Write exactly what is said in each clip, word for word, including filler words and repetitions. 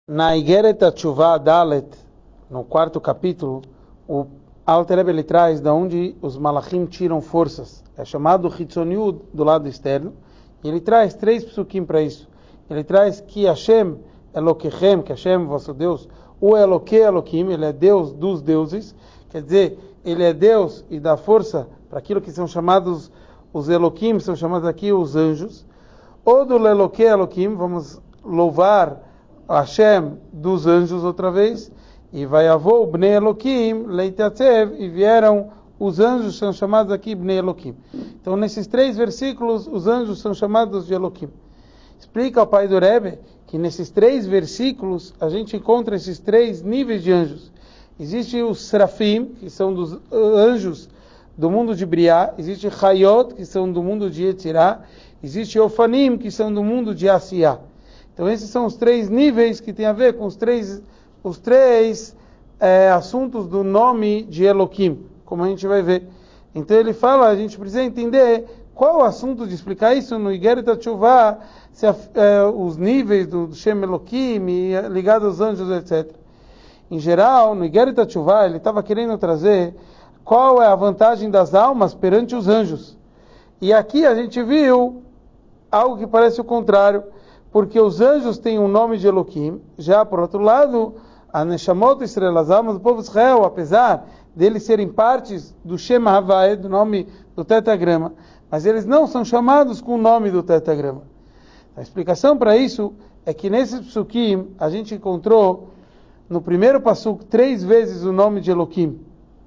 Na Igeret HaTshuvah Dalet, no quarto capítulo, o Alter Rebbe ele traz de onde os malachim tiram forças. É chamado Hitzoniut do lado externo. E ele traz três psukim para isso. Ele traz que Hashem Elokechem, que Hashem, vosso Deus, o Eloke Elokim, ele é Deus dos deuses. Quer dizer, ele é Deus e dá força para aquilo que são chamados os Elokim, são chamados aqui os anjos. Ou do Eloke Elokim, vamos louvar Hashem dos anjos outra vez, e vai avô Bnei Elokim leitatzev, e vieram os anjos, são chamados aqui Bnei Elokim. Então nesses três versículos os anjos são chamados de Elokim. Explica o pai do Rebbe que nesses três versículos a gente encontra esses três níveis de anjos. Existe os Srafim, que são dos anjos do mundo de Briá, existe Hayot, que são do mundo de Yetzirah, existe Ofanim, que são do mundo de Asiyah. Então esses são os três níveis que tem a ver com os três, os três é, assuntos do nome de Eloquim, como a gente vai ver. Então ele fala, a gente precisa entender qual o assunto de explicar isso no Igeret HaTshuvah, se a, é, os níveis do, do Shem Eloquim, ligados aos anjos, etcétera. Em geral, no Igeret HaTshuvah, ele estava querendo trazer qual é a vantagem das almas perante os anjos. E aqui a gente viu algo que parece o contrário, porque os anjos têm o nome de Eloquim. Já por outro lado, a Neshamot Israel, as almas do povo de Israel, apesar deles serem partes do Shem Havai, do nome do tetragrama, mas eles não são chamados com o nome do tetragrama. A explicação para isso é que nesses psukim a gente encontrou no primeiro passuk três vezes o nome de Eloquim.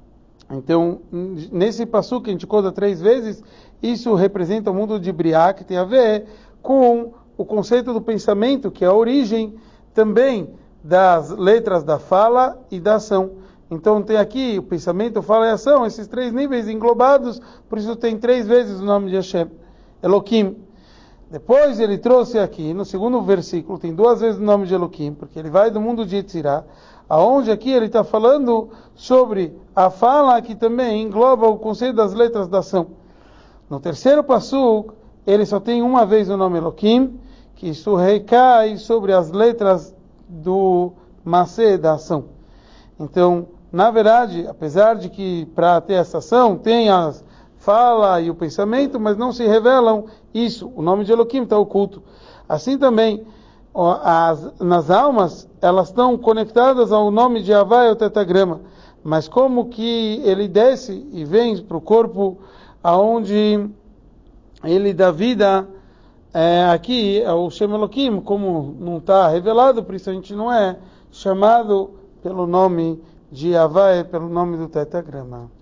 Então, nesse passuk que a gente conta três vezes, isso representa o mundo de Briá, que tem a ver com o conceito do pensamento, que é a origem também das letras da fala e da ação. Então tem aqui o pensamento, fala e ação, esses três níveis englobados, por isso tem três vezes o nome de Hashem, Eloquim. Depois ele trouxe aqui, no segundo versículo, tem duas vezes o nome de Eloquim, porque ele vai do mundo de Yetzirah, aonde aqui ele está falando sobre a fala que também engloba o conceito das letras da ação. No terceiro passuk, ele só tem uma vez o nome Eloquim, que isso recai sobre as letras do Masé, da ação. Então, na verdade, apesar de que para ter essa ação tem a fala e o pensamento, mas não se revelam isso. O nome de Eloquim está oculto. Assim também, as, nas almas, elas estão conectadas ao nome de Havai, o tetragrama. Mas como que ele desce e vem para o corpo aonde ele dá vida, é, aqui é o Shem Eloquim, como não está revelado, por isso a gente não é chamado pelo nome de Havai, pelo nome do tetragrama.